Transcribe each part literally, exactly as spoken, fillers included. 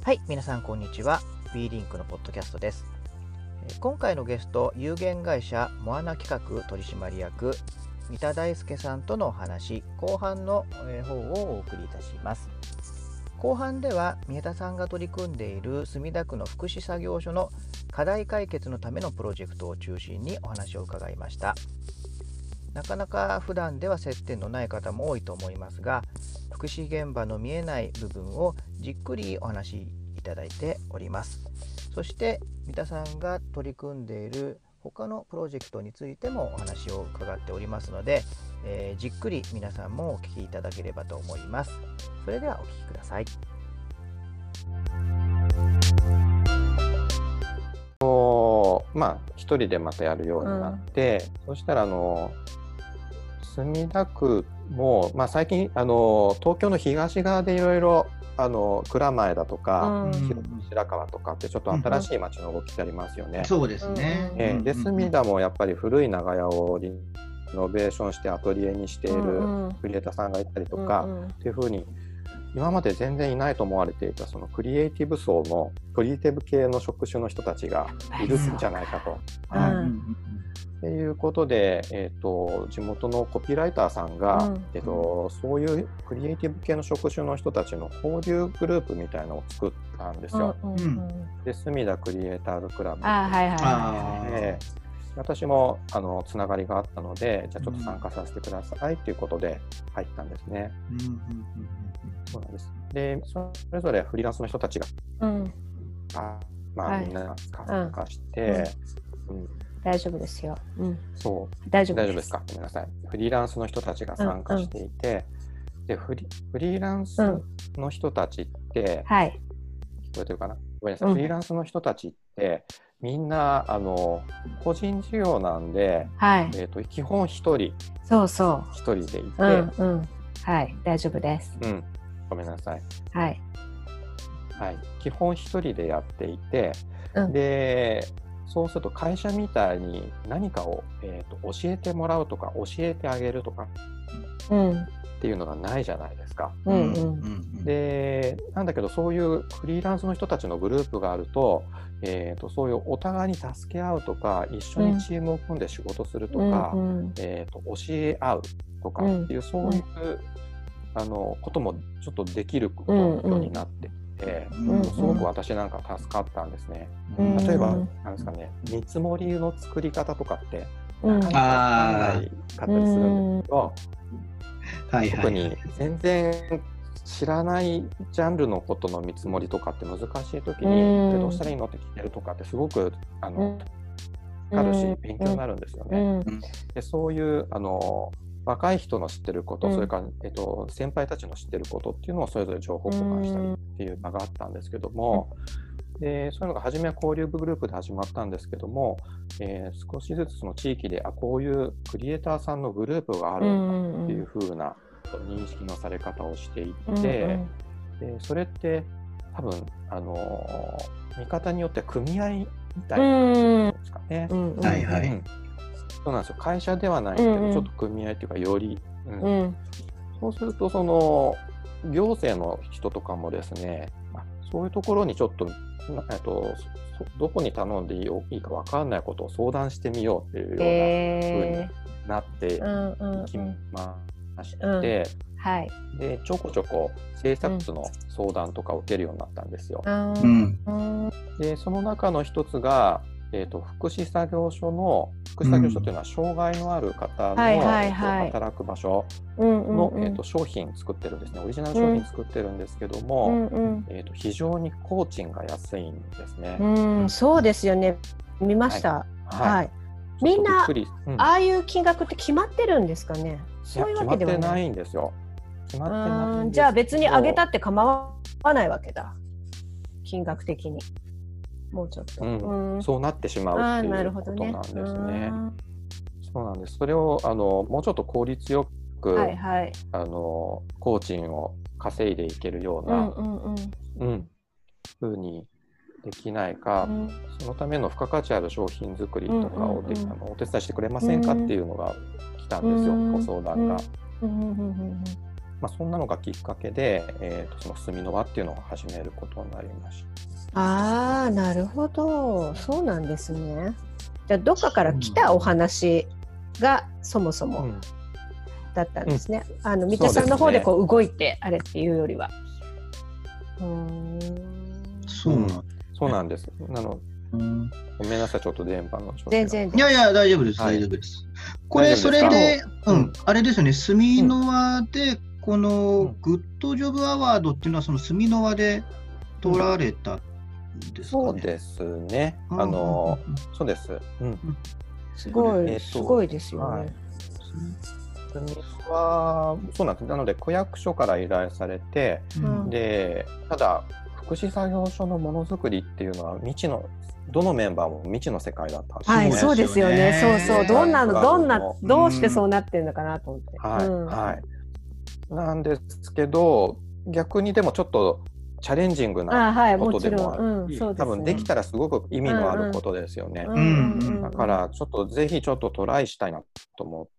はい、皆さんこんにちは。 B リンクのポッドキャストです。今回のゲスト、有限会社モアナ企画取締役三田大輔さんとのお話、後半の方をお送りいたします。後半では三田さんが取り組んでいる墨田区の福祉作業所の課題解決のためのプロジェクトを中心にお話を伺いました。なかなか普段では接点のない方も多いと思いますが、福祉現場の見えない部分をじっくりお話しいただいております。そして三田さんが取り組んでいる他のプロジェクトについてもお話を伺っておりますので、えー、じっくり皆さんもお聞きいただければと思います。それではお聞きください。 まあ一人でまたやるようになって、うん、そしたらあの墨田区も、まあ、最近あの東京の東側でいろいろあの蔵前だとか、うん、白川とかってちょっと新しい街の動きってありますよね。 うん、そうですね。 えー、で墨田もやっぱり古い長屋をリノベーションしてアトリエにしているクリエイターさんがいたりとか、うんうん、っていう風に今まで全然いないと思われていたそのクリエイティブ層のクリエイティブ系の職種の人たちがいるんじゃないかと。っていうことで、えーと、地元のコピーライターさんが、うんえーと、そういうクリエイティブ系の職種の人たちの交流グループみたいなのを作ったんですよ。うんうん、で墨田クリエイターズクラブで、はいはいはい、私もあのつながりがあったので、じゃあちょっと参加させてくださいということで入ったんですね。うんうんうん、そうなんです。でそれぞれフリーランスの人たちが、うんあまあ、みんな参加して、 うんうん大丈夫ですよ。うん、 そう大丈夫です。大丈夫ですか。ごめんなさい。フリーランスの人たちが参加していて、うんうん、でフリ、フリーランスの人たちって、うん、はい、聞こえてるかな。ごめんなさい。うん、フリーランスの人たちってみんなあの個人事業なんで、はいえー、と基本一人、そうそう一人でいて、うんうん、 はい大丈夫です。 うん、ごめんなさい。 はいはい、基本一人でやっていて、うん、で。そうすると会社みたいに何かを、えーと、教えてもらうとか教えてあげるとか、うん、っていうのがないじゃないですか。うんうん、でなんだけどそういうフリーランスの人たちのグループがあると、えーと、そういうお互いに助け合うとか一緒にチームを組んで仕事するとか、うんうんえーと、教え合うとかっていう、うん、そういう、あのこともちょっとできることになって、えーうん、すごく私なんか助かったんですね。うん、例えばなんですかね、見積もりの作り方とかってなかなか分からないかったりするんですけど、うん、特に全然知らないジャンルのことの見積もりとかって難しい時に、うん、でどうしたらいいのって聞いてるとかってすごくあの分かるし勉強になるんですよね。うん、でそういうあの若い人の知ってること、うん、それから、えっと、先輩たちの知ってることっていうのをそれぞれ情報交換したりっていう場があったんですけども、うん、でそういうのが初めは交流部グループで始まったんですけども、えー、少しずつその地域であこういうクリエイターさんのグループがあるんだっていう風な認識のされ方をしていって、うんうん、でそれって多分、あのー、見方によっては組合みたいな感じなんですかね。うんうん、はいはい、うんそうなんですよ。会社ではないんですけど、うんうん、ちょっと組合っていうかより、うんうん、そうするとその行政の人とかもですね、そういうところにちょっと、えっと、どこに頼んでいいか分かんないことを相談してみようっていうような風になっていきまして、うんうんうんはい、でちょこちょこ政策室の相談とかを受けるようになったんですよ。うん、でその中の一つがえーと、福祉作業所の福祉作業所というのは障害のある方の、うんはいはいはい、働く場所の、うんうんうんえーと、商品作ってるんですね。オリジナル商品作ってるんですけども、うんうんえーと、非常に工賃が安いんですね。 うん、そうですよね。見ました。はいはいはい、みんな、うん、ああいう金額って決まってるんですかね。そういうわけではない。 決まってないんですよ。決まってないんです。 じゃあ別に上げたって構わないわけだ。金額的に。もうちょっと、 うんうん、そうなってしまうっていうことなんですね。そうなんです。それをあのもうちょっと効率よく、はいはい、あの工賃を稼いでいけるような、うんうんうんうん、風にできないか、うん、そのための付加価値ある商品作りとかを、うんうんうん、あのお手伝いしてくれませんかっていうのが来たんですよ、うん、ご相談が。うんうんうんうんままあ、そんなのがきっかけで、えー、とその住みの輪っていうのを始めることになりました。 ああ、なるほど、そうなんですね。じゃあどっかから来たお話がそもそもだったんですね。うん、あの三田さんの方でこう動いてあれっていうよりは。うーん、 そうなん、そうなんです。なの、うん、ごめんなさい、ちょっと電波の調子が。 全然。 いやいや、大丈夫です、大丈夫です。これ、それで、うん、あれですよね、住の輪で、このグッドジョブアワードっていうのは、その住の輪で取られたんですかね。 そうですね。あの、そうです。うん。 すごい、すごいですよね。 住は、そうなんです。なので、区役所から依頼されて、で、ただ、福祉作業所のものづくりっていうのは未知のどのメンバーも未知の世界だったんですね。はい、そうですよね。そうそう、どんなのどんなどうしてそうなってるのかなと思って。 はい、はい。なんですけど、逆にでもちょっとチャレンジングなことでもあるし、多分できたらすごく意味のあることですよね。だからちょっとぜひちょっとトライしたいなと思って、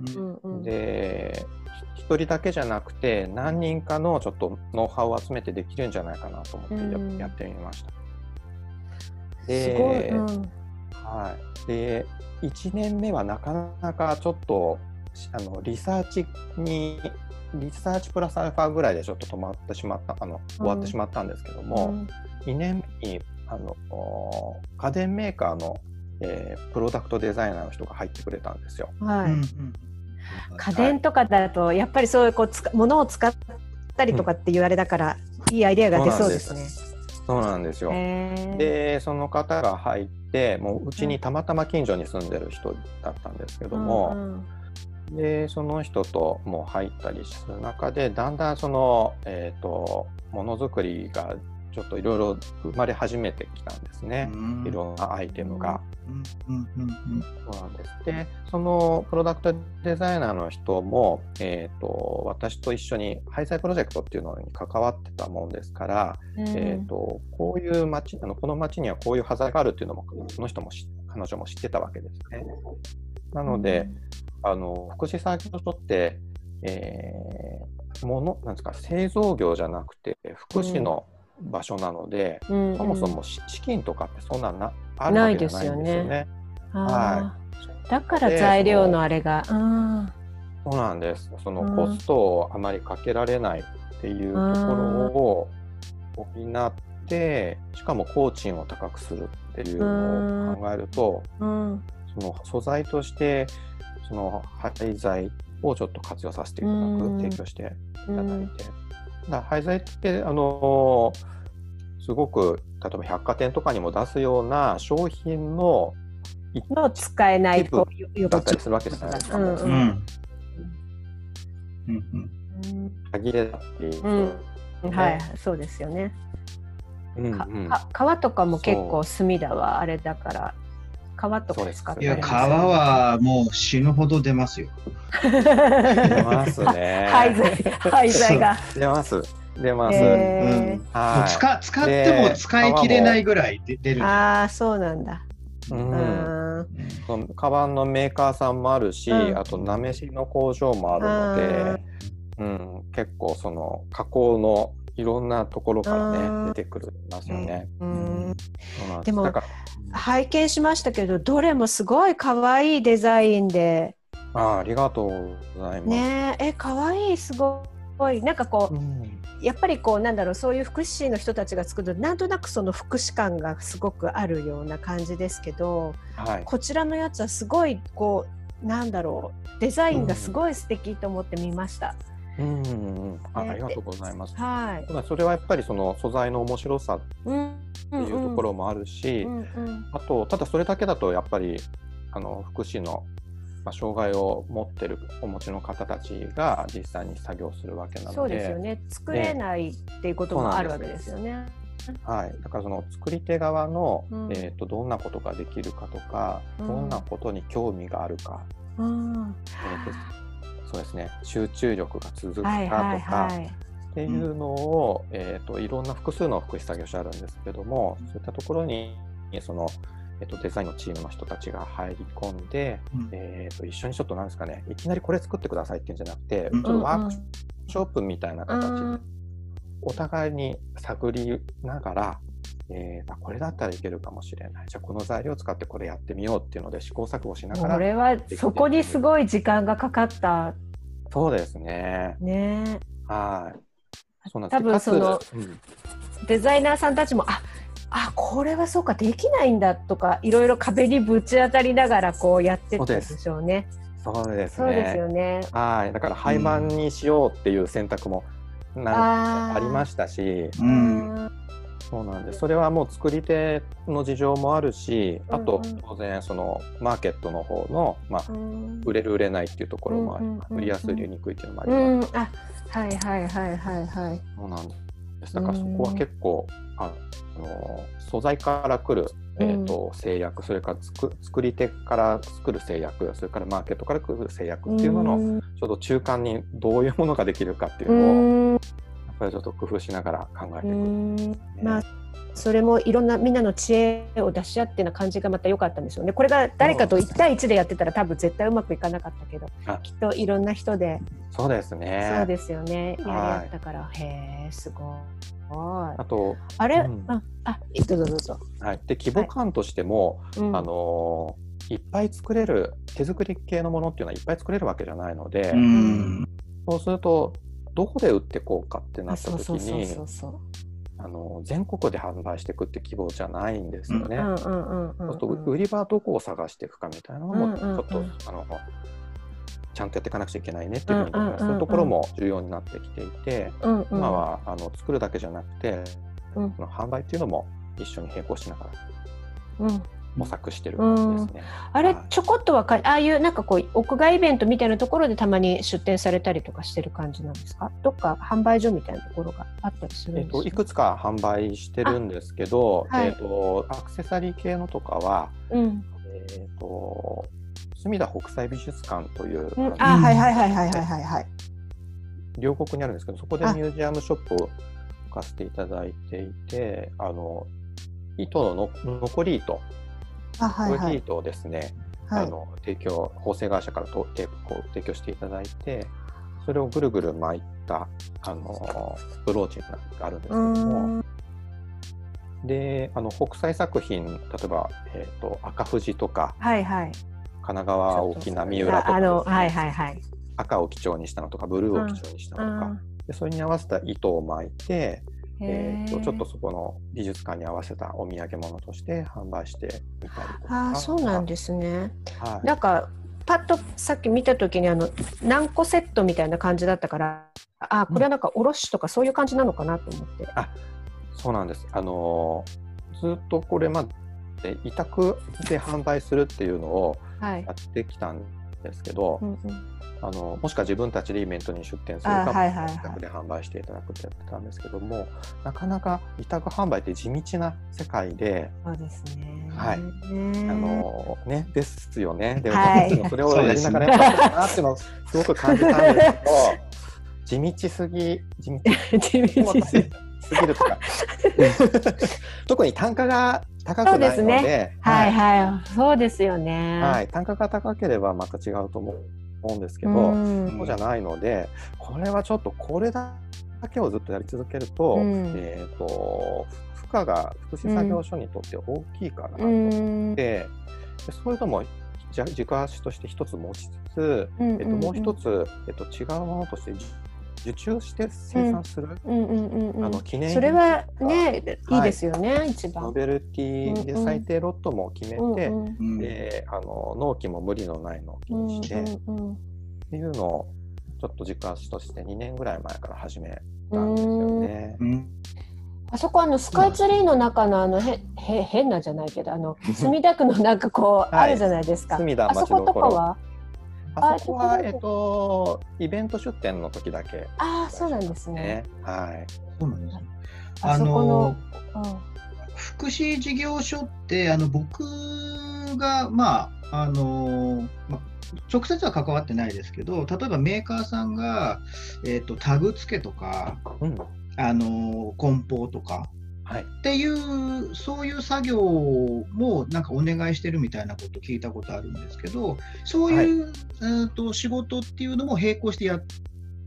で。一人だけじゃなくて何人かのちょっとノウハウを集めてできるんじゃないかなと思ってやってみました。 すごい、うん、 はい。でいちねんめはなかなかちょっとあのリサーチにリサーチプラスアルファぐらいでちょっと止まってしまったあの終わってしまったんですけども、うん、にねんめにあの家電メーカーの、えー、プロダクトデザイナーの人が入ってくれたんですよ。 はい。うんうん、家電とかだとやっぱりそういうこうつか物を使ったりとかっていうあれだから、うん、いいアイデアが出そうですね。 そうなんですよ。でその方が入ってもううちにたまたま近所に住んでる人だったんですけども、うんうん、でその人ともう入ったりする中でだんだんその、えーと、ものづくりがちょっといろいろ生まれ始めてきたんですね。いろんなアイテムが。そうなんです。で、そのプロダクトデザイナーの人も、えーと、私と一緒に廃材プロジェクトっていうのに関わってたもんですから、うん、えーと、こういう町、あのこの町にはこういう端材があるっていうのもその人も彼女も知ってたわけですね。なので、うん、あの福祉作業所って、えー、ものなんですか製造業じゃなくて福祉の、うん場所なので、うんうん、そもそも資金とかってそんななあるわけじゃないんですよね。 はい、だから材料のあれが、うん、 そうなんです。そのコストをあまりかけられないっていうところを補って、しかも工賃を高くするっていうのを考えると、うんうん、その素材としてその廃材をちょっと活用させていただく、うん、提供していただいて。うんだ廃材ってあのすごく例えば百貨店とかにも出すような商品のの使えない一部だったりするわけじゃないですか。うんうん歯切れだったり、 うんね、はい、そうですよね。うんうん、か皮とかも結構墨だわあれだから皮とか使っていや皮はもう死ぬほど出ますよ。 出ますね。 廃材廃材が出ます出ます。 えーうんはい、使, 使っても使い切れないぐらい出る。 ああそうなんだ。うん、 そのカバンのメーカーさんもあるし、うん、あとなめしの工場もあるので、うん、結構その加工のいろんなところからね出てくるますよね。うんうん、でも拝見しましたけどどれもすごい可愛いデザインで。 あ, ありがとうございます。 ねえ可愛いすごいなんかこう、うん、やっぱりこうなんだろうそういう福祉の人たちが作るなんとなくその福祉感がすごくあるような感じですけど、はい、こちらのやつはすごいこうなんだろうデザインがすごい素敵と思って見ました。 うんうんうん、あ, ありがとうございます。はい、それはやっぱりその素材の面白さっていうところもあるし、うんうん、あとただそれだけだとやっぱりあの福祉の、まあ、障害を持ってるお持ちの方たちが実際に作業するわけなので、 そうですよね。作れないっていうこともあるわけですよね。 はい、だからその作り手側の、うん、えーと、どんなことができるかとか、うん、どんなことに興味があるか、うんえーそうですね、集中力が続くかとか、はいはいはい、っていうのを、うんえーと、いろんな複数の福祉作業所あるんですけども、そういったところにその、えーと、デザインのチームの人たちが入り込んで、うんえーと、一緒にちょっとなんですかね、いきなりこれ作ってくださいっていうんじゃなくて、うん、ちょっとワークシショップみたいな形でお互いに探りながら、えー、これだったらいけるかもしれない、じゃあこの材料を使ってこれやってみようっていうので試行錯誤しながら。 これはそこにすごい時間がかかった。 そうですね。 ね。 はい。そうなんです。 多分その、うん、デザイナーさんたちもああこれはそうかできないんだとかいろいろ壁にぶち当たりながらこうやってったんでしょうね。 そうです。 そうですよね。 はい。だから廃盤にしようっていう選択もなんありましたし、うん、そうなんです。それはもう作り手の事情もあるし、あと当然そのマーケットの方の、まあ、売れる売れないっていうところもあります。売りやすい売りにくいっていうのもあります。 あ、はいはいはいはいはい。 そうなんです。だからそこは結構あの素材から来る、えーと、制約、それからつく作り手から作る制約、それからマーケットから来る制約っていうののちょうど中間にどういうものができるかっていうのをやっぱりちょっと工夫しながら考えていくんですね。 まあそれもいろんなみんなの知恵を出し合ってな感じがまた良かったんでしょうね。これが誰かといち対いちでやってたら多分絶対うまくいかなかったけど、きっといろんな人で。 そうですね。 そうですよね。やり合ったから、はい、へーすごい。 あとあれ、うん、ああどうぞどうぞ。 はい。で規模感としても、はい、あのいっぱい作れる手作り系のものっていうのはいっぱい作れるわけじゃないので、うん、そうするとどこで売ってこうかってなった時に。あの全国で販売していくって規模じゃないんですよね。そうすると売り場はどこを探していくかみたいなのもちょっと、うんうんうん、あのちゃんとやっていかなくちゃいけないねっていうふうに、うんうんうん、そういうところも重要になってきていて、うんうん、今はあの作るだけじゃなくて、うん、その販売っていうのも一緒に並行しながら、うん、模索してる感じですね。 うん、あれちょこっとはかああいうなんかこう屋外イベントみたいなところでたまに出店されたりとかしてる感じなんですか？どっか販売所みたいなところがあったりするんですか？ えっと、いくつか販売してるんですけど、はい、えっと、アクセサリー系のとかは、うん、えっと墨田北斎美術館という、 うん、あ、はいはいはいはいはいはいはい、 両国にあるんですけど、そこでミュージアムショップを置かせていただいていて、あの糸のの残り糸あ、はいはい、 残り糸をですね、はい、あの提供縫製会社からとテープを提供していただいて、それをぐるぐる巻いたあのブローチがあるんですけども、であの北斎作品、例えば、えーと、赤富士とか、 はいはい、 神奈川沖浪浦とか、 あの、はいはいはい、 赤を基調にしたのとかブルーを基調にしたのとか、でそれに合わせた糸を巻いて、えー、とちょっとそこの美術館に合わせたお土産物として販売してみたりとか。 あ、そうなんですね。はい、なんかパッとさっき見た時にあの何個セットみたいな感じだったから、あ、これはなんか卸とかそういう感じなのかなと思って。 うん、あ、そうなんです。あのー、ずっとこれまで委託で販売するっていうのをやってきたんですけど、はい、うんうん、あのもしくは自分たちでイベントに出店するか、はいはいはい、委託で販売していただくってやってたんですけども、なかなか委託販売って地道な世界で、 そうですね、 はい、あのねですよね。で、はい、それをやりながらやっぱなっていうのをすごく感じたんですけど、地道すぎ地道地道すぎるとか特に単価が高くないの で, で、ね、 はいはいはい、そうですよね、 はい、単価が高ければまた違うと思う思うんですけど、そうじゃないので、これはちょっとこれだけをずっとやり続けると、うん、えーと負荷が福祉作業所にとって大きいかなと思って、うん、そういうのも軸足として一つ持ちつつ、うんうんうん、えー、ともう一つ、えー、と違うものとして受注して生産する、うんうんうんうん、あの記念それはね、いいですよね、はい、一番ノベルティで最低ロットも決めて、うんうん、であの納期も無理のない納期にして、うんうんうん、っていうのをちょっと軸足としてにねんぐらい前から始めたんですよね。うん、 あそこあのスカイツリーの中のあのへへ変なじゃないけどあの墨田区のなんかこう、はい、あるじゃないですか。 墨田町あそことかはあそこは、えっと、イベント出店の時だけ、ね。 ああ、そうなんですね。 はい。 そうなんですね。あの、うん、福祉事業所って、あの、僕が、まあ、あの、まあ、直接は関わってないですけど、例えばメーカーさんが、えっと、タグ付けとか、うん、あの、梱包とか、はい、っていうそういう作業もなんかお願いしてるみたいなこと聞いたことあるんですけど、そういう、はい、えーと仕事っていうのも並行してやっ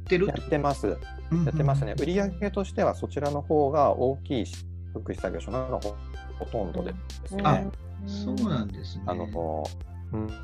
ってるやってます。やってますね。売上としてはそちらの方が大きい福祉作業所のほとんどですね。 あ、そうなんですね。 あの、うん、うん、はい、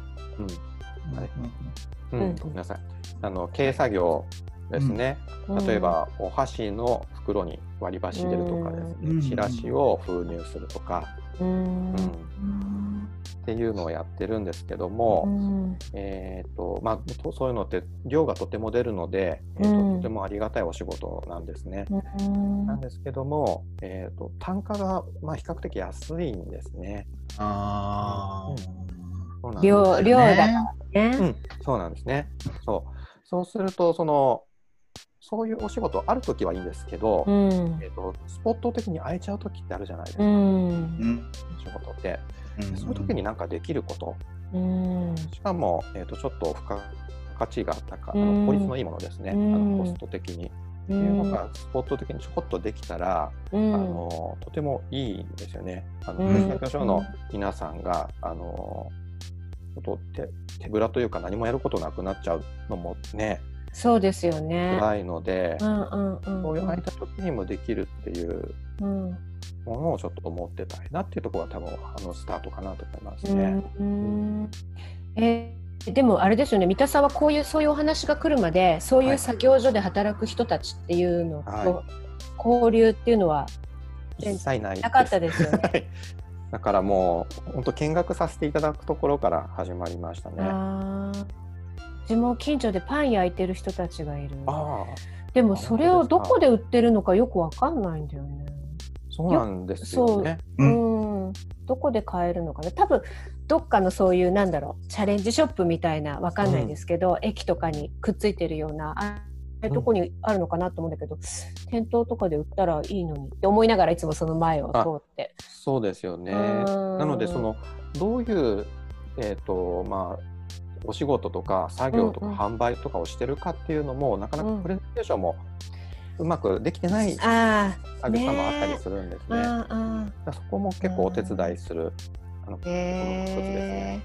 うん、ごめんなさい。あの軽作業ですね。 うん、 例えばお箸の袋に割り箸入れるとかですね。うん、チラシを封入するとか、うん、うん、っていうのをやってるんですけども、うん、えっとまあそういうのって量がとても出るので、えー、ととてもありがたいお仕事なんですね。うん、なんですけども、えー、と単価がまあ比較的安いんですね。 あ、 うん、量量だからね。 うん、そうなんですね。そう、そうするとそのそういうお仕事あるときはいいんですけど、うん、えーと、スポット的に空いちゃうときってあるじゃないですか、うん、仕事って、うん、そういうときになんかできること、うん、しかも、えーと、ちょっと付加価値が高い、あの効率のいいものですね、うん、あのコスト的に、うん、っていうのがスポット的にちょこっとできたら、うん、あのとてもいいんですよね。あの福祉作業所の皆さんがあの手, 手ぶらというか何もやることなくなっちゃうのもね、 そうですよね。 辛いので、 うんうんうんうん、 そういう空いた時にもできるっていうものをちょっと思ってたいなっていうところが多分あのスタートかなと思いますね。うん、 えー、でもあれですよね、三田さんはこういうそういうお話が来るまでそういう作業所で働く人たちっていうのと、はい、交流っていうのは一切ないです。 なかったですよね。 だからもう本当見学させていただくところから始まりましたね。 あ、うちも近所でパン焼いてる人たちがいる。あ、でもそれをどこで売ってるのかよくわかんないんだよね。 そうなんですよね。 そう、うん、どこで買えるのかな。多分どっかのそういうなんだろうチャレンジショップみたいなわかんないですけど、うん、駅とかにくっついてるようなあどこにあるのかなと思うんだけど、うん、店頭とかで売ったらいいのにって思いながらいつもその前を通って。 そうですよね。なのでそのどういうえっとまあお仕事とか作業とか販売とかをしてるかっていうのも、うんうん、なかなかプレゼンテーションもうまくできてない作業さもあったりするんですね。そこも結構お手伝いするあの一つですね。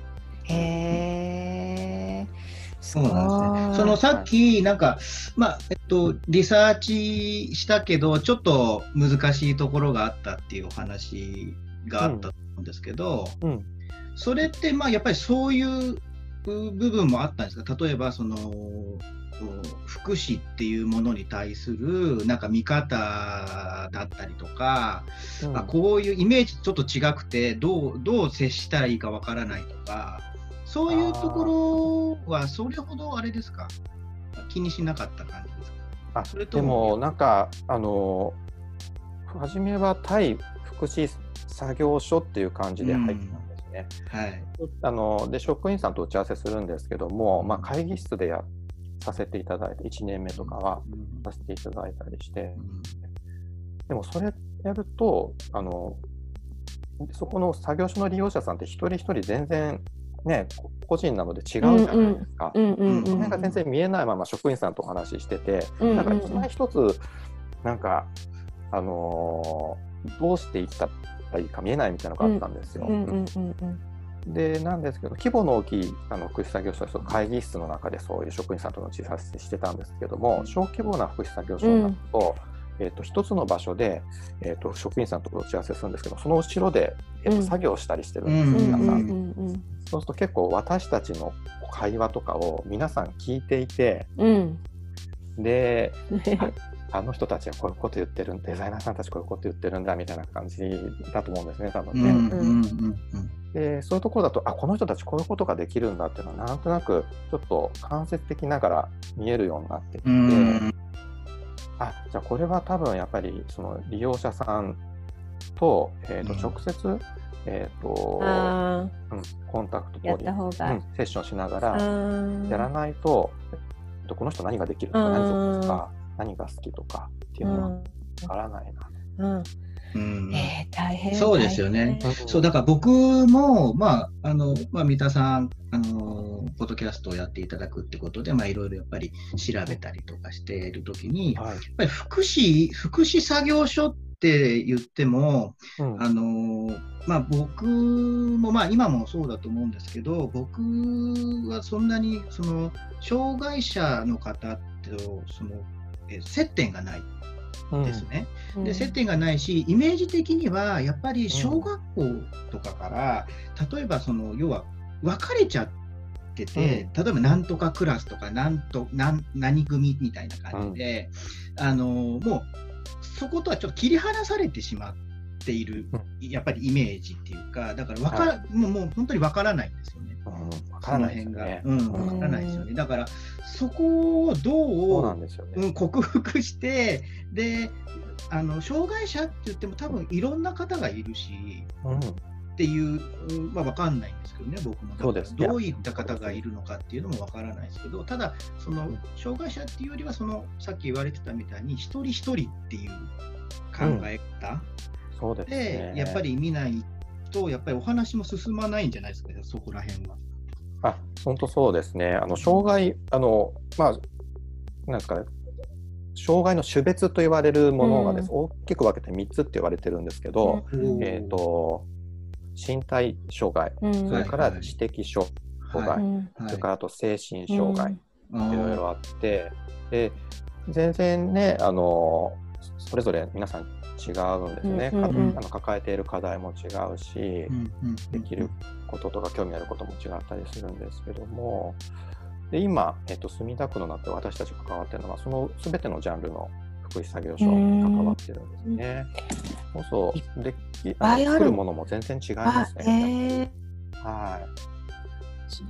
へー、 そうなんですね。そのさっきなんか、まあえっとリサーチしたけどちょっと難しいところがあったっていうお話があったと思うんですけど、うんうん、それってまあやっぱりそういう部分もあったんですか。例えばその福祉っていうものに対するなんか見方だったりとか、うん、あこういうイメージちょっと違くてどう、どう接したらいいかわからないとか、そういうところはそれほどあれですか、気にしなかった感じですか。 あ、それともでもなんかあの初めは対福祉作業所っていう感じで入ったんですね。うん、はい、あので職員さんと打ち合わせするんですけども、まあ、会議室でやさせていただいていちねんめとかはさせていただいたりして、うん、でもそれやるとあのそこの作業所の利用者さんって一人一人全然ね個人なので違うじゃないですか。その辺が全然見えないまま職員さんとお話ししてて、うんうんうん、なんか一枚一つなんかあのー、どうしていったらいいか見えないみたいなのがあったんですよ。でなんですけど規模の大きいあの福祉作業所の会議室の中でそういう職員さんとの打ち合わせしてたんですけども、小規模な福祉作業所になると、うん、えー、と一つの場所で、えー、と職員さんと打ち合わせするんですけど、その後ろで、えー、と作業したりしてるんですよ、皆さん。そうすると結構私たちの会話とかを皆さん聞いていて、うん、であの人たちはこういうこと言ってる、デザイナーさんたちこういうこと言ってるんだみたいな感じだと思うんですね、多分ね。うんうんうんうんでそういうところだと、あこの人たちこういうことができるんだっていうのはなんとなくちょっと間接的ながら見えるようになってきて、うん、あじゃあこれは多分やっぱりその利用者さんと、えー、と直接、うんえーとうん、コンタクト取り、うん、セッションしながらやらないと、この人何ができるとか何がですか何が好きとかっていうのはわからないな、うんうん、えー、大変そうですよね。そうだから僕も、まああのまあ、三田さんあのポッドキャストをやっていただくってことで、まあ、いろいろやっぱり調べたりとかしているときに、はい、やっぱり福祉福祉作業所って言っても、うん、あのまあ、僕も、まあ、今もそうだと思うんですけど、僕はそんなにその障害者の方っー、とそのえ接点がないですね、 うん、 で接点がないし、イメージ的にはやっぱり小学校とかから、うん、例えばその要は分かれちゃってて、うん、例えばなんとかクラスとかなんと何何組みたいな感じで、うん、あのもうそことはちょっと切り離されてしまっている、うん、やっぱりイメージっていうか、だから分か、はい、もう、もう本当に分からないんですよね、うん、分からないですよね、うん、分からないですよね。だからそこをどう、ね、うん、克服して、であの障害者って言っても多分いろんな方がいるし、うん、っていう、まあ、分かんないんですけどね、僕も。そうです。どういった方がいるのかっていうのも分からないですけど、ただその障害者っていうよりはそのさっき言われてたみたいに一人一人っていう考え方、うん、そうですね、でやっぱり見ないとやっぱりお話も進まないんじゃないですか、そこら辺は。 あ、本当そうですね。あの障害、あのまあなんですかね、障害の種別と言われるものがです、うん、大きく分けてみっつって言われてるんですけど、うん、えーと身体障害、うん、それから知的障害、はいはい、それからあと精神障害、うん、いろいろあって、で全然ね、あのそれぞれ皆さん違うんですね、うんうんうん、あの抱えている課題も違うし、うんうん、できることとか興味あることも違ったりするんですけども、で今、えっと、墨田区の中で私たちが関わっているのはその全てのジャンルの福祉作業所に関わってるんですね。そうそうで作るものも全然違いますね。はい。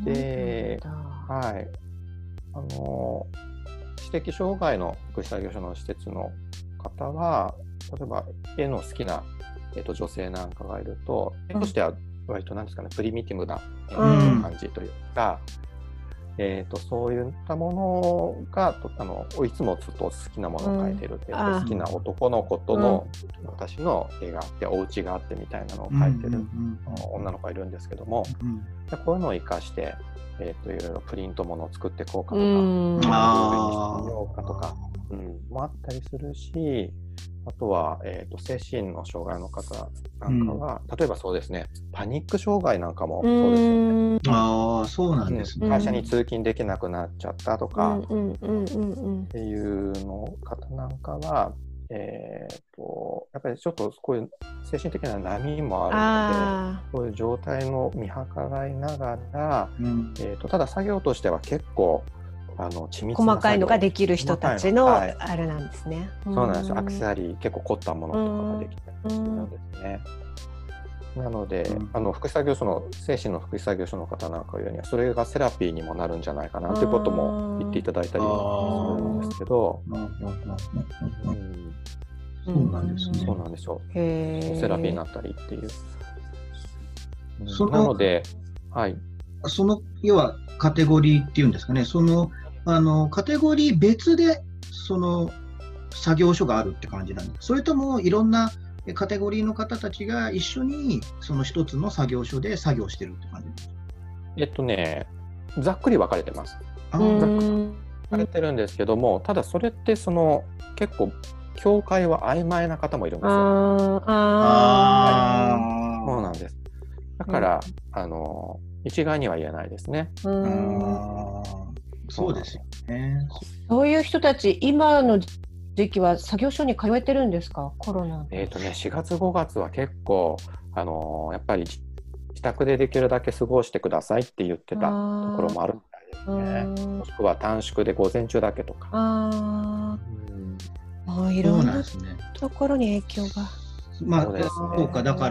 で、はい。あの知的障害の福祉作業所の施設の方は、例えば絵の好きな、えっと、女性なんかがいると、絵としては割と何ですかね、プリミティブな感じというか。うんえー、とそういったものがあのいつもずっと好きなものを描いてるって、うん、好きな男の子との、うん、私の絵があってお家があってみたいなのを描いてる、うん、女の子がいるんですけども、うん、でこういうのを生かして、えー、といろいろプリントものを作っていこうかとか、うん、してみようかとか、うん、もあったりするし、あとは、えー、と精神の障害の方なんかは、うん、例えばそうですね、パニック障害なんかもそうですよね。 ああ、そうなんですね。 会社に通勤できなくなっちゃったとかっていうの方なんかは、えー、とやっぱりちょっとこういう精神的な波もあるので、そういう状態の見計らいながら、うんえー、とただ作業としては結構あの緻密な細かいのができる人たちのあれなんですね。 はい、そうなんですよ。アクセサリー結構凝ったものとかができたりするんですね。なので、うん、あの福祉作業所の精神の福祉作業所の方なんか言うにはそれがセラピーにもなるんじゃないかなということも言っていただいたりするんですけど、 そうなんですね。 そうなんですよ。セラピーになったりっていう。うん、なので、はい。 その要はカテゴリーっていうんですかね。そのあのカテゴリー別でその作業所があるって感じなんですか。それともいろんなカテゴリーの方たちが一緒にその一つの作業所で作業してるって感じですか。 えっとね、ざっくり分かれてます。ざっくり分かれてるんですけども、ただそれってその結構境界は曖昧な方もいるんですよ。ああ、はい、そうなんです。だから、うん、あの一概には言えないですね。うん、 そうですよね。 そういう人たち今の時期は作業所に通えてるんですか、コロナ。 えーとね、しがつごがつは結構、あのー、やっぱり自宅でできるだけ過ごしてくださいって言ってたところもあるみたいですね。もしくは短縮で午前中だけとか。あ、 うん、もういろんなところに影響が。 まあ、そうですね、そうか、だから、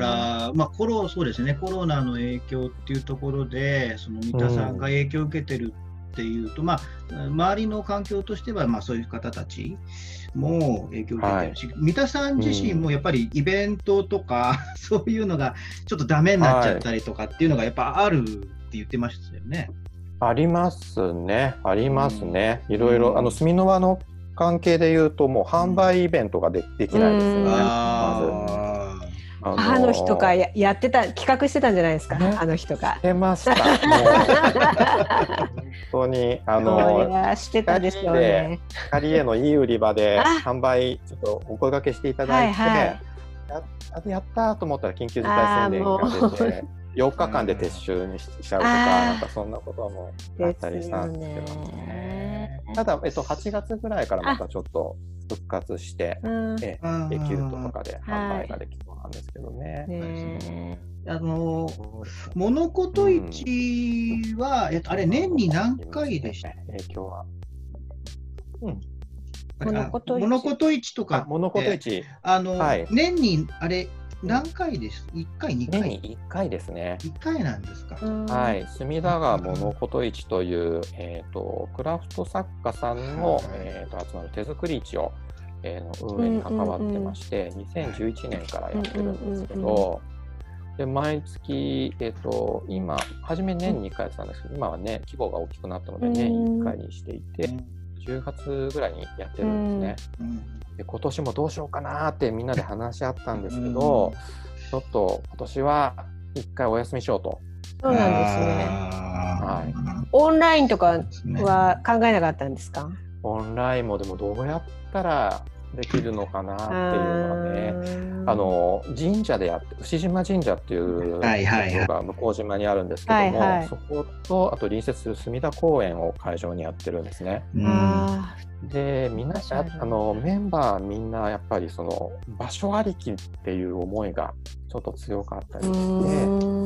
まあ、コロ、そうですね、コロナの影響っていうところで、その三田さんが影響を受けてるっていうと、うん、まあ、周りの環境としては、まあ、そういう方たちも影響を受けてるし、はい、三田さん自身もやっぱりイベントとか、うん、そういうのがちょっとダメになっちゃったりとかっていうのがやっぱあるって言ってましたよね。 ありますね、ありますね。うん、いろいろ、あの、住の輪の関係でいうと、もう販売イベントが で, できないですよね。まず母の日とか や, やってた企画してたんじゃないですか、ね、あの人が。 してました。本当にあのしてたですよね。 光へのいい売り場で販売ちょっとお声掛けしていただいて、はいはい、や, やったと思ったら緊急事態宣言が出てよっかかんで撤収にしちゃうとか、なんかそんなこともあったりしたんですけどね。 ただ、えっと、はちがつぐらいからまたちょっと復活して、ええ、キルトとかで販売ができそうなんですけどね。 ねあのモノコト市は、うん、えっと、あれ年に何回でした？ 影響は。うん。 モノコト市、モノコト市とかって、 モノコト市、 あの、はい、年にあれ何回です？いっかい、にかい？ 年にいっかいですね。 いっかいなんですか。 はい、隅田川モノコト市という、えーと、クラフト作家さんの、はい、えーと、集まる手作り市を、えー、の運営に関わってまして、うんうんうん、にせんじゅういちねんからやってるんですけど、うんうんうん、で毎月、えーと、今、初め年にいっかいやってたんですけど、今はね、規模が大きくなったので、年いっかいにしていて、じゅうがつぐらいにやってるんですね。うんうん、で今年もどうしようかなってみんなで話し合ったんですけど、うん、ちょっと今年はいっかいお休みしようと。 そうなんですね。はい、オンラインとかは考えなかったんですか？ オンラインもでもどうやったらできるのかなっていうのはね、あの神社でやって牛島神社っていうのが向島にあるんですけども、はいはい、そことあと隣接する隅田公園を会場にやってるんですね。うん、でみんなあのメンバーみんなやっぱりその場所ありきっていう思いがちょっと強かったりして、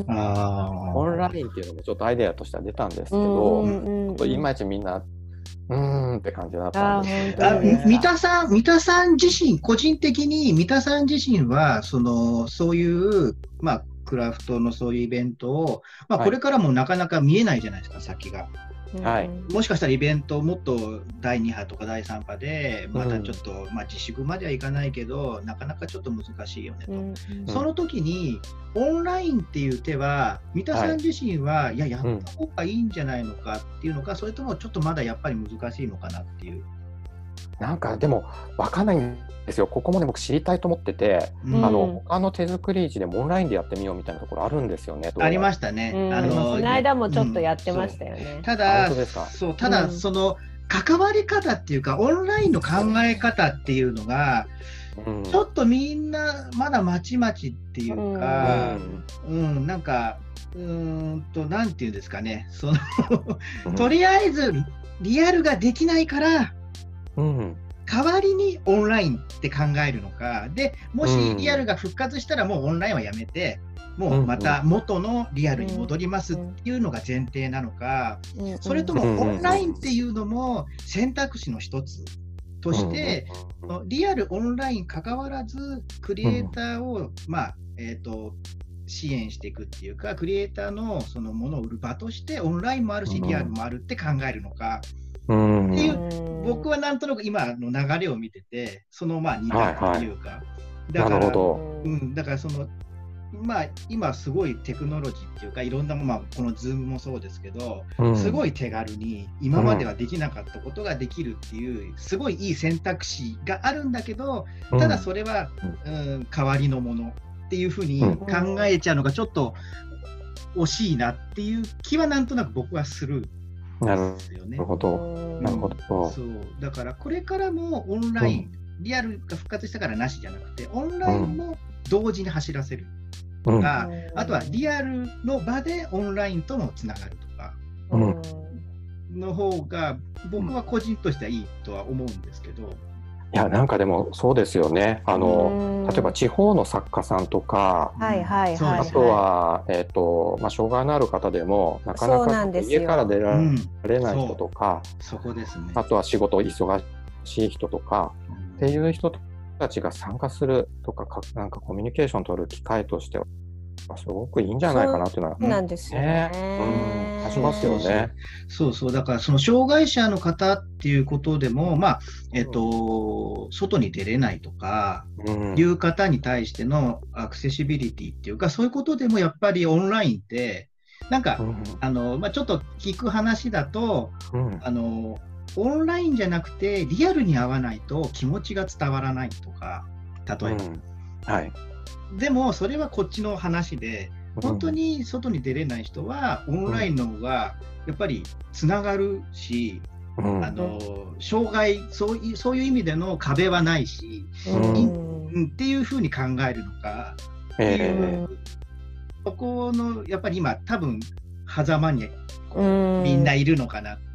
あオンラインっていうのもちょっとアイデアとしては出たんですけど、いまいちみんなうーんって感じだったんですよね。 三田さん、三田さん自身、個人的に三田さん自身はそのそういう、まあ、クラフトのそういうイベントを、まあ、これからもなかなか見えないじゃないですか、はい、先が。はい、もしかしたらイベントもっとだいに波とかだいさん波でまたちょっと、うんまあ、自粛まではいかないけどなかなかちょっと難しいよねと、うん、その時にオンラインっていう手は三田さん自身は、はい、いややった方がいいんじゃないのかっていうのか、うん、それともちょっとまだやっぱり難しいのかなっていう。 なんかでも分かんないんですよ。ここもね僕知りたいと思ってて、うん、あの他の手作り市でもオンラインでやってみようみたいなところあるんですよね。 ありましたね。 うん、 あのこの間もちょっとやってましたよね。 うん、ただそうただ、うん、その関わり方っていうかオンラインの考え方っていうのが、うん、ちょっとみんなまだまちまちっていうか、うん、うん、なんかうーんとなんていうんですかね、そのとりあえずリアルができないから。うん代わりにオンラインって考えるのかで、もしリアルが復活したらもうオンラインはやめて、うん、もうまた元のリアルに戻りますっていうのが前提なのか、うん、それともオンラインっていうのも選択肢の一つとして、うん、リアルオンライン関わらずクリエイターを、まあえーと支援していくっていうか、クリエイターのそのものを売る場としてオンラインもあるしリアルもあるって考えるのか、うんっていう僕はなんとなく今の流れを見ててそのまあ二択というか、はいはい、だから、うん、だからそのまあ今すごいテクノロジーっていうかいろんな、まあ、この Zoom もそうですけど、うん、すごい手軽に今まではできなかったことができるっていうすごいいい選択肢があるんだけど、ただそれは、うん、代わりのものっていうふうに考えちゃうのがちょっと惜しいなっていう気はなんとなく僕はする。 なるほど、なるほど。 そうだからこれからもオンライン、うん、リアルが復活したからなしじゃなくてオンラインも同時に走らせるとか、うん、あとはリアルの場でオンラインともつながるとか、うん、の方が僕は個人としてはいいとは思うんですけど。 いやなんかでもそうですよね。あの例えば地方の作家さんとか、はいはいはいはい、あとは、えーとまあ、障害のある方でもなかなか家から出られない人とか、 うん、そ, そこですね、 あとは仕事忙しい人とか、うん、っていう人たちが参加するとか、かなんかコミュニケーションを取る機会としてはすごくいいんじゃないかなっていうのは、 そうなんですよね。 うん、感じますよね。 そうそう、だからその障害者の方っていうことでも、まあえっと、外に出れないとか、うん、いう方に対してのアクセシビリティっていうか、そういうことでもやっぱりオンラインってなんか、うんあのまあ、ちょっと聞く話だと、うん、あのオンラインじゃなくてリアルに会わないと気持ちが伝わらないとか、例えば、うんはい、でもそれはこっちの話で、本当に外に出れない人はオンラインの方がやっぱりつながるし、うん、あの障害そういう、そういう意味での壁はないし、うん、っていうふうに考えるのかっていう、えー、そこのやっぱり今多分狭間にみんないるのかなっ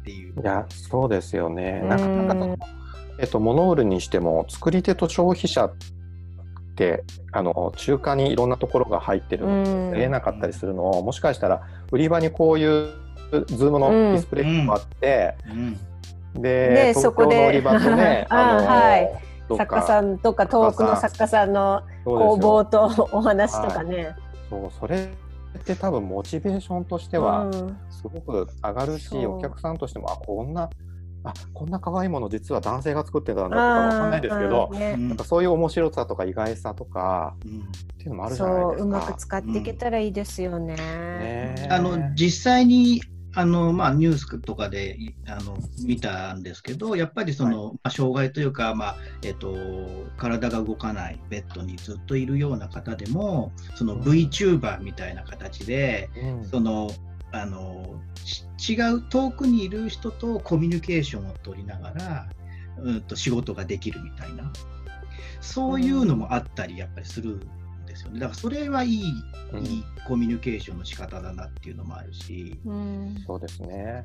っていう。 いやそうですよね。なかなかその、えっと、物売るにしても作り手と消費者ってあの中間にいろんなところが入ってるので見えなかったりするのを、もしかしたら売り場にこういうズームのディスプレイがあって、うんうん、で、ね、東京の売り場とねあの、 はい、作家さんとか遠くの作家さんの工房とお話とかね、 はい、そうそれって多分モチベーションとしてはすごく上がるし、うん、お客さんとしてもあこんなあこんな可愛いもの実は男性が作ってたんだとかわかんないですけど、ね、なんかそういう面白さとか意外さとか、うん、っていうのもあるじゃないですか。 そううまく使っていけたらいいですよね。 うん、ねあの実際にあの、まあ、ニュースとかであの見たんですけど、やっぱりその、はいまあ、障害というか、まあえっと、体が動かないベッドにずっといるような方でもその VTuber みたいな形で、うん、そのあの違う遠くにいる人とコミュニケーションを取りながら、うん、と仕事ができるみたいなそういうのもあったりやっぱりするんですよね。だからそれはいい、うん、いいコミュニケーションの仕方だなっていうのもあるし、 うん、そうですね、 うん、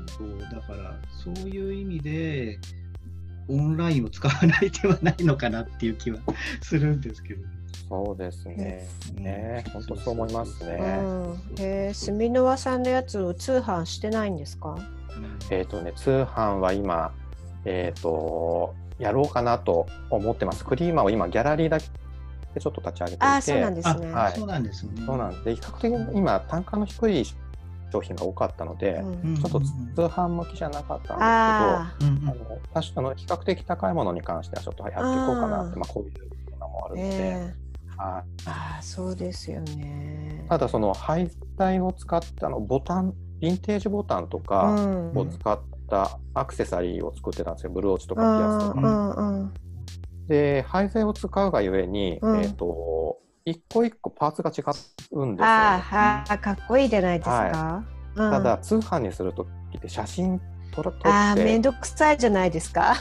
そうだからそういう意味でオンラインを使わない手はないのかなっていう気はするんですけど。 そうですね。ね、本当そう思いますね。 うん、えー、住の輪さんのやつを通販してないんですか？ えっとね、通販は今、えっと、やろうかなと思ってます。クリーマーを今ギャラリーだけちょっと立ち上げていて。 あ、そうなんですね。 はい、そうなんですね。 そうなんで、比較的今単価の低い商品が多かったので、うん、ちょっと通販向きじゃなかったんですけど、あの確かの比較的高いものに関してはちょっとやっていこうかなって、まあこういうのもあるので。えーああそうですよね。 ただその廃材を使ったのボタンヴィンテージボタンとかを使ったアクセサリーを作ってたんですよ、ブローチとかピアスとか、うんうん、で廃材を使うがゆえに、うん、えーと一個一個パーツが違うんですよ、ね、 ああかっこいいじゃないですか、 はいうん、ただ通販にするときって写真撮ってあめんどくさいじゃないですか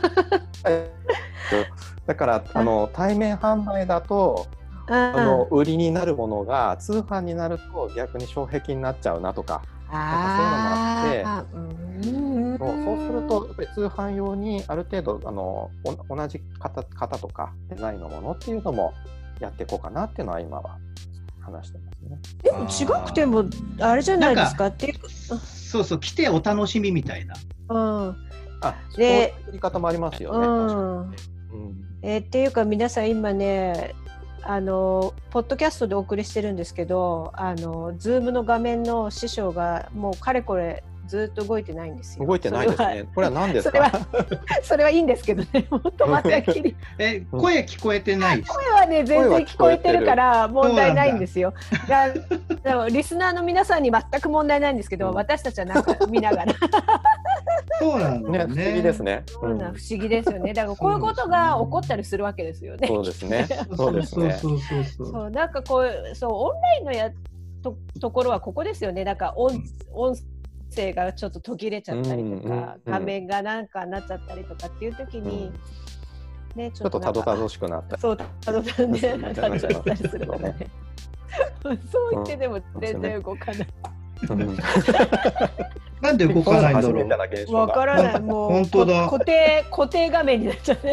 だからあの対面販売だとあの売りになるものが通販になると逆に障壁になっちゃうなとか、なんかそういうのもあって、うんそう、そうするとやっぱり通販用にある程度あの同じ 型, 型とかデザインのものっていうのもやっていこうかなっていうのは今は話してますね。 でも違くてもあれじゃないですかっていうか、 そうそう来てお楽しみみたいな、 うん、 あそういう売り方もありますよね。 うんうんえー、っていうか皆さん今ねあのポッドキャストでお送りしてるんですけど、あのズームの画面の師匠がもうかれこれずっと動いてないんですよ。 動いてないですね。これは何ですか？ それはそれはいいんですけどね。もっとまたきりえ声聞こえてない。 声はね全然聞こえてるから問題ないんですよ。だでもリスナーの皆さんに全く問題ないんですけど、うん、私たちはなんか見ながら。 そうなんだね。 不思議ですね。 そうな不思議ですよね。だからこういうことが起こったりするわけですよね。 そうですね。そうですね。 そうそうそうそうなんかこうそうオンラインのや と, ところはここですよね。なんか音音声がちょっと途切れちゃったりとか、うんうん、画面がなんかなっちゃったりとかっていう時に、 うんね、ちょっとたどたどしくなったり、 そうたどたどねたどしたりするからね。そう言ってでも全然動かない。 うん、 なんで動かないんだろう。 わからない。もう本当だ固定固定画面になっちゃって。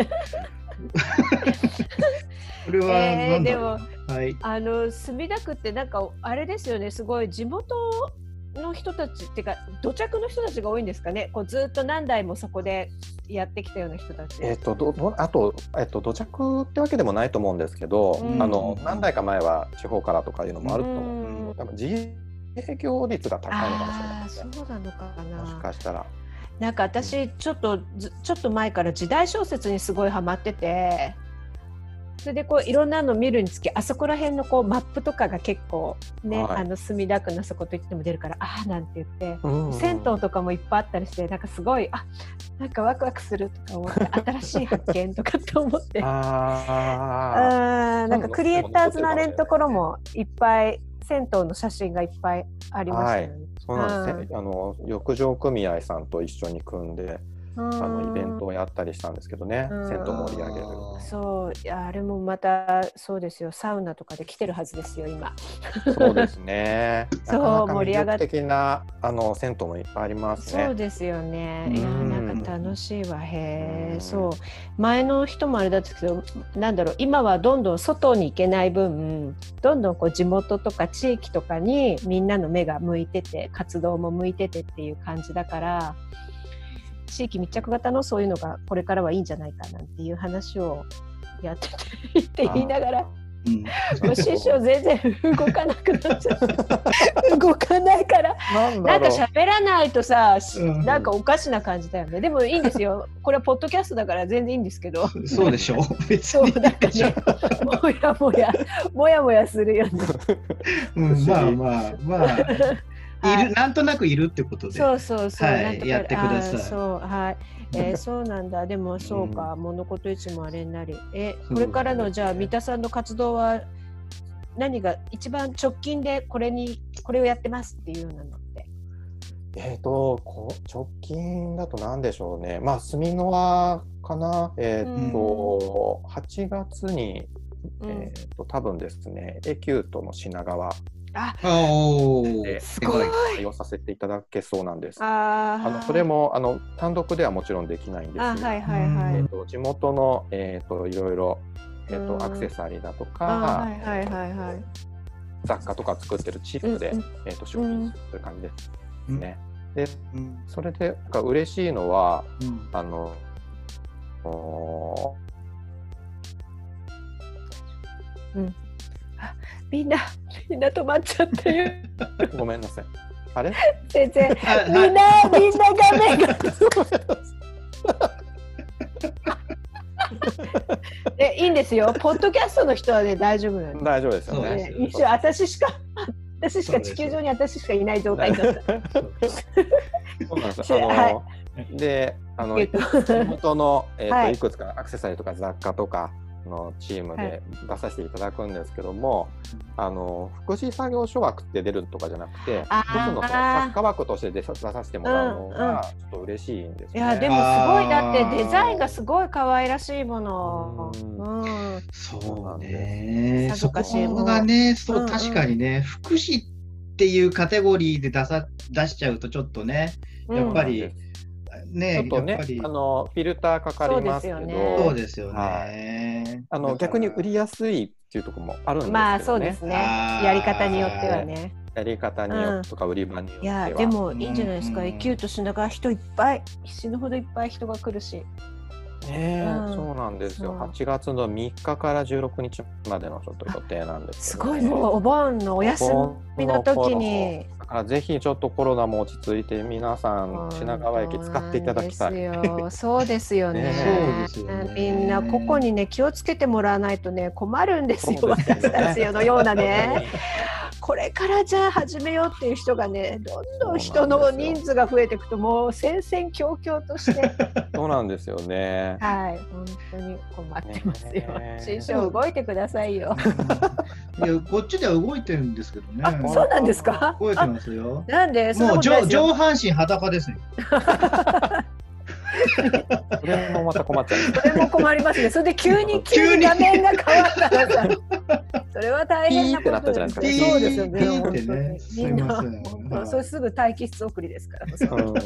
これはなんだろう、 えー、でも、はい、あの墨田区ってなんかあれですよね。すごい地元の人たちっていうか土着の人たちが多いんですかね。こうずっと何代もそこでやってきたような人たち。 えっとどあとえっと土着ってわけでもないと思うんですけど、うん、あの何代か前は地方からとかいうのもあると思う。うん、多分自営業率が高いのかもしれないですね。 そうなのかな。 もしかしたら。 なんか私ちょっと、うん、ちょっと前から時代小説にすごいハマってて、それでこういろんなの見るにつきあそこら辺のこうマップとかが結構ね、はい、あの墨田区のそこと言っても出るからああなんて言って、うんうん、銭湯とかもいっぱいあったりしてなんかすごいあなんかワクワクするとか思って新しい発見とかって思ってああなんかクリエイターズなれんところもいっぱい銭湯の写真がいっぱいありましたよね。はい、 そうなんですね、うん、あの浴場組合さんと一緒に組んであのイベントをやったりしたんですけどね、銭湯盛り上げる。 そう、いやあれもまたそうですよ、サウナとかで来てるはずですよ今。 そうですね。 そうなかなか盛り上がって魅力的なあの銭湯もいっぱいありますね。 そうですよね。いやなんか楽しいわ。へえ、そう。 う前の人もあれだったけど、なんだろう、今はどんどん外に行けない分、どんどんこう地元とか地域とかにみんなの目が向いてて、活動も向いててっていう感じだから、地域密着型のそういうのがこれからはいいんじゃないかなんていう話をやっててって言いながら。うん、師匠全然動かなくなっちゃった動かないからなんか喋らないとさ、うん、なんかおかしな感じだよね。でもいいんですよ、これはポッドキャストだから全然いいんですけど。 そうでしょそうなんかねもやもやもやもやするよね、 うん、まあまあまあいる、なんとなくいるってことで、 そうそうそう、 はい、やってください。 そう、はい、えー、そうなんだ。でもそうか、うん、物事いつもあれになり、えこれからのじゃあ三田さんの活動は何が一番直近でこれにこれをやってますっていうようなのって？ えーとこ直近だと何でしょうね。まあ住の輪かな。えーと、うん、はちがつに、えーと多分ですね、エキュートの品川。 あ、 すごい対応させていただけそうなんです。ああのそれもあの単独ではもちろんできないんですが、 はいはいはい、 えーと地元の、えーといろいろ、えーとアクセサリーだとか、はいはいはいはい、雑貨とか作ってるチップで、うんえーと商品する感じですね。うん、で、うん、それでなんか嬉しいのは、うん、あのうんみんな、みんな止まっちゃってる。 ごめんなさい。あれ？ 先生、みんな、みんな画面が。え、いいんですよ。ポッドキャストの人はね、大丈夫なの。 大丈夫ですよね。 一緒、私しか、私しか地球上に私しかいない状態だった。 そうなんです。あの、はい、で、あの、地元の、えっと、はい、いくつかアクセサリーとか雑貨とか。のチームで出させていただくんですけども、はい、あの福祉作業所枠って出るとかじゃなくて、一つのその作家枠として出させてもらうのがちょっと嬉しいんですね。 いやでもすごい、だってデザインがすごい可愛らしいもの。うんうん、 そうなんね。そこがね、そう、うんうん、確かにね、福祉っていうカテゴリーで出さ出しちゃうとちょっとね、やっぱり。うんね、 ちょっとね、あのフィルターかかりますけど、 そうですよね。はい、 あの逆に売りやすいっていうところもあるんですけどね。 まあそうですね。やり方によってはね。 やり方によってとか売り場によっては。 いやでもいいんじゃないですか。エキュートしながら人いっぱい、死ぬほどいっぱい人が来るし。 ね、うん、そうなんですよ。はちがつのみっかからじゅうろくにちまでのちょっと予定なんですけど、ね、 すごい、もうお盆のお休みの時に。 だからぜひちょっとコロナも落ち着いて皆さん品川駅使っていただきたい。 そうですよね。そうですよね。みんなここにね気をつけてもらわないとね困るんですよ。私たちのようなね。これからじゃあ始めようっていう人がね、どんどん人の人数が増えていくともう戦々恐々として。 そうなんですよね。 はい、本当に困ってますよ。師匠動いてくださいよ。 いや、こっちでは動いてるんですけどね。 あ、そうなんですか。 動いてますよ。 なんで？ もう上上半身裸ですね。 それもまた困っちゃう。 それも困りますね。それで急に急に画面が変わったらさ、それは大変なことです。そうですよね。本当にみんな、それすぐ待機室送りですから。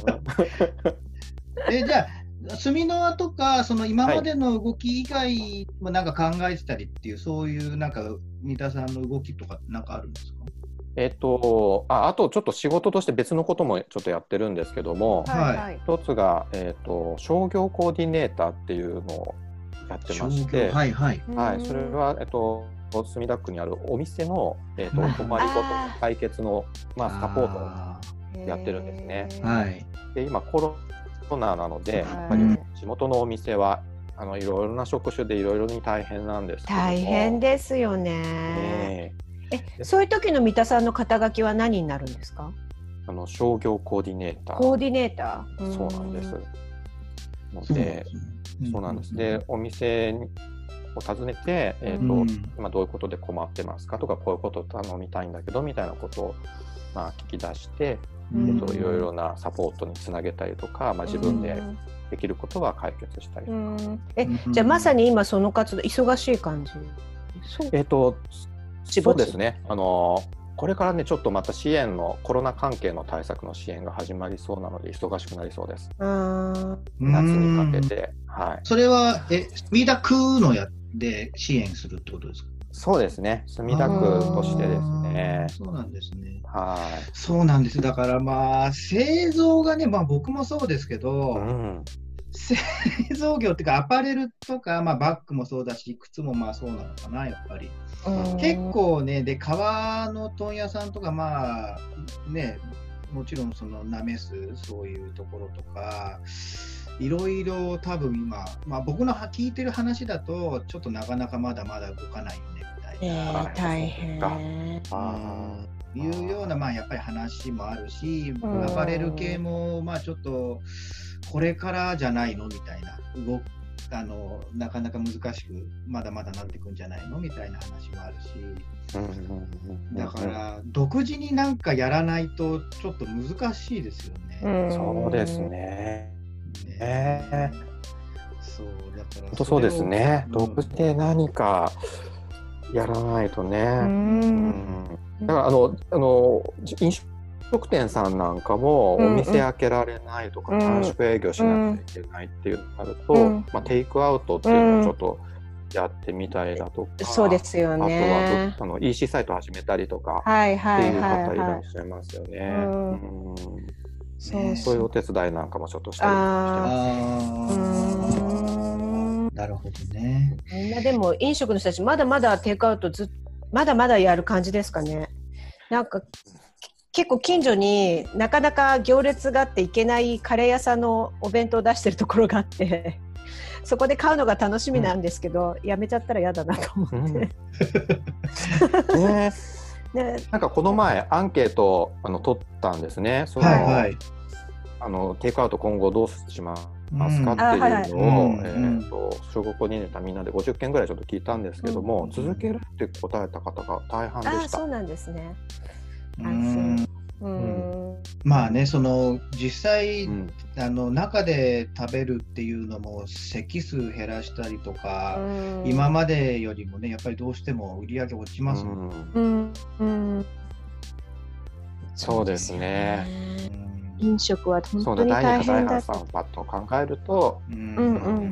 え、じゃあ住の輪とかその今までの動き以外もなんか考えてたりっていう、はい、そういうなんか三田さんの動きとかなんかあるんですか？ えっと、あ, あとちょっと仕事として別のこともちょっとやってるんですけども、 はい、 一つが、えっと、商業コーディネーターっていうのをやってまして、 はいはいはい、それは、えっと、墨田区にあるお店の、えっと、困りごと解決の、まあ、サポートをやってるんですね。 はい、 で今コロナなので、やっぱり地元のお店はあのいろいろな職種でいろいろに大変なんですけども。 大変ですよね。ねえ、そういう時の三田さんの肩書きは何になるんですか？ あの商業コーディネーター。 コーディネーター。 そうなんです。ので、そうなんです。で、お店を訪ねて、えっと、今どういうことで困ってますかとか、こういうことを頼みたいんだけどみたいなことをまあ聞き出して、えっといろいろなサポートにつなげたりとか、まあ自分でできることは解決したりとか。 うんえじゃあまさに今その活動忙しい感じ？ そうえっとそうですね。あのこれからねちょっとまた支援のコロナ関係の対策の支援が始まりそうなので忙しくなりそうです。 あ夏にかけて、はい。 それはえ墨田区のやで支援するってことですか？ そうですね。墨田区としてですね。 そうなんですね。 はい。 そうなんです。だからまあ製造がね、まあ僕もそうですけど、うん、製造業っていうかアパレルとか、まあ、バッグもそうだし靴もまあそうなのかなやっぱり。結構ねで革の問屋さんとかまあねもちろんそのなめすそういうところとかいろいろ多分今、まあ、僕の聞いてる話だとちょっとなかなかまだまだ動かないよねみたいな、 えー、大変あいうようなまあやっぱり話もあるしアパレル系もまあちょっとこれからじゃないのみたいな動あのなかなか難しくまだまだなっていくんじゃないのみたいな話もあるし、だから独自になんかやらないとちょっと難しいですよね。 うん、そうですね。ねそうだから本当そうですね。うん、独自で何かやらないとね。うん、だからあのあの飲食店さんなんかもお店開けられないとか、うん、短縮営業しなきゃいけないっていうのがあると、うんまあ、テイクアウトっていうのをちょっとやってみたいだとか、うん、 そうですよね。 あとはあの イーシー サイト始めたりとかっていう方いらっしゃいますよね。そういうお手伝いなんかもちょっとしたりしてます。 なるほどね。 みんなでも飲食の人たちまだまだテイクアウトずまだまだやる感じですかね。なんか結構近所になかなか行列があって行けないカレー屋さんのお弁当を出してるところがあってそこで買うのが楽しみなんですけど、うん、やめちゃったら嫌だなと思って、うんねね、なんかこの前アンケートをあの取ったんですね。その、はいはい、あのテイクアウト今後どうしますかっていうのを小学校にねんたみんなでごじゅっけんぐらいちょっと聞いたんですけども、うん、続けるって答えた方が大半でした。 あ、そうなんですね。 うんうんまあねその実際、うん、あの中で食べるっていうのも席数減らしたりとか、うん、今までよりもねやっぱりどうしても売り上げ落ちますもんね。うんうん、 そうですね。 飲食は本当に大変だと。そうだ、第二波、第三波と考えると、うんうん、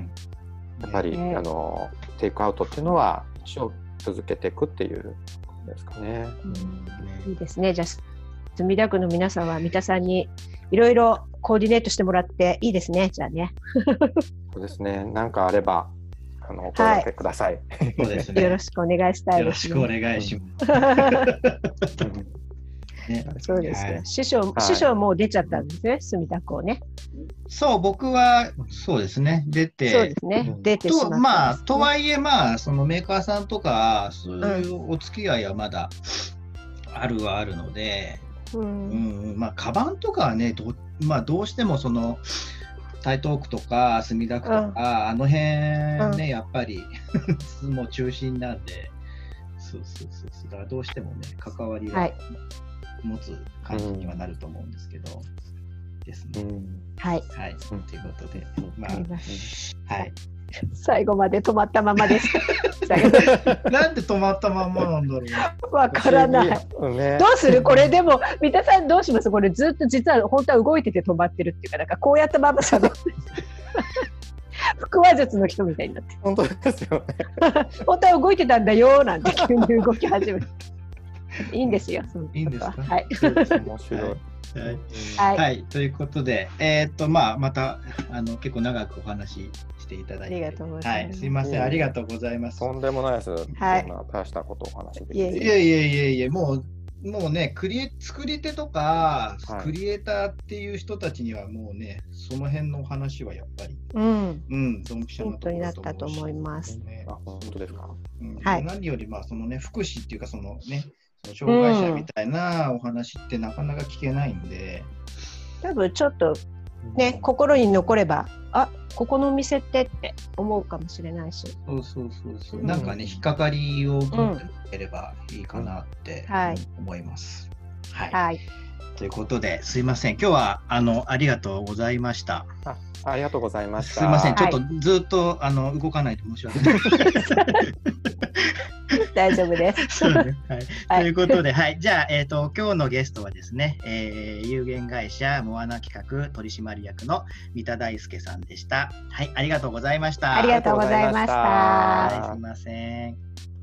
やっぱり、ね、あのテイクアウトっていうのは一応続けていくっていうですかね。 うん、いいですね。じゃあ墨田区の皆さんは三田さんにいろいろコーディネートしてもらっていいですね。じゃあね。 そうですね。なんかあればあのお声掛けください。 はい、そうですね。 よろしくお願いしたいです、 ね。よろしくお願いします。 ね、そうですよ、はい、師匠、はい、師匠もう出ちゃったんですね、墨田区をね。 そう、僕はそうですね、出て、 そうですね、出てしまったんですね。 と、まあ、とはいえ、まあ、そのメーカーさんとか、そういうお付き合いはまだあるはあるので、うんうん、まあ、カバンとかはね、ど, まあ、どうしてもその、台東区とか墨田区とか、うん、あの辺ね、うん、やっぱりもう中心なんで、そうそうそうそう、だからどうしてもね、関わりは、はい持つ感じにはなると思うんですけど、うん、ですね。うん、 はい。 はい。ということで、まあ、はい。 最後まで止まったままです。 なんで止まったままなんだろう。 わからない。ね、どうするこれでも三田さんどうします？これずっと実は本当は動いてて止まってるっていうか、なんかこうやったままさ。腹話術の人みたいになって。 本当ですよね。 本当は動いてたんだよなんて急に動き始めて。いいんですよ。 いいんですか。 はい。 面白い。はいはいはい、ということで、えー、っとまあまたあの結構長くお話ししていただいて、 ありがとうございます。 はい、すいません、ありがとうございます。 とんでもないです。はい。そんな大したことをお話しできて。 いやいやいやいやもうもうねクリエ作り手とか、はい、クリエイターっていう人たちにはもうねその辺のお話はやっぱり、 うんうんドンピシャなところだと思うし、 ヒントになったと思います。 ね、あ本当ですか。 うん、はい。何よりまあそのね福祉っていうかそのね。障害者みたいなお話ってなかなか聞けないんで、 うん、多分ちょっとね、うん、心に残ればあここのお店ってって思うかもしれないし、 そうそうそうそう、うん、なんかね引っかかりを持っていければいいかなって思います、 うん、はい、 はい、 はい、 ということで、すいません。今日はあのありがとうございました。 あ、ありがとうございました。 すいません。ちょっとずっと、はい、あの動かないと申し訳ない。 大丈夫です。 そうね、はい。ということで、はい。じゃあ、えっと、今日のゲストはですね、えー、有限会社モアナ企画取締役の三田大輔さんでした。はい。ありがとうございました。 ありがとうございました。 はい。すいません。